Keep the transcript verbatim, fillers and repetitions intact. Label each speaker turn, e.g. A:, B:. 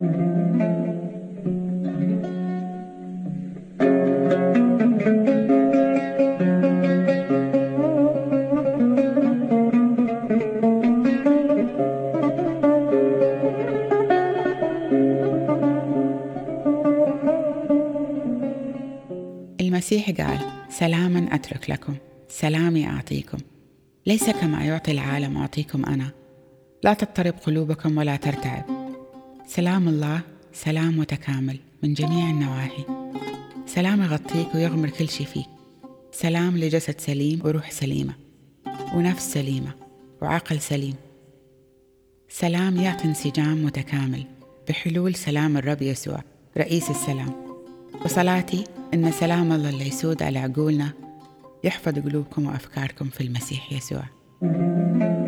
A: المسيح قال: سلاما أترك لكم، سلامي أعطيكم، ليس كما يعطي العالم أعطيكم أنا، لا تضطرب قلوبكم ولا ترتعب. سلام الله سلام متكامل من جميع النواحي، سلام يغطيك ويغمر كل شي فيك، سلام لجسد سليم وروح سليمة ونفس سليمة وعقل سليم، سلام يعطي انسجام متكامل بحلول سلام الرب يسوع رئيس السلام. وصلاتي إن سلام الله اللي يسود على عقولنا يحفظ قلوبكم وأفكاركم في المسيح يسوع.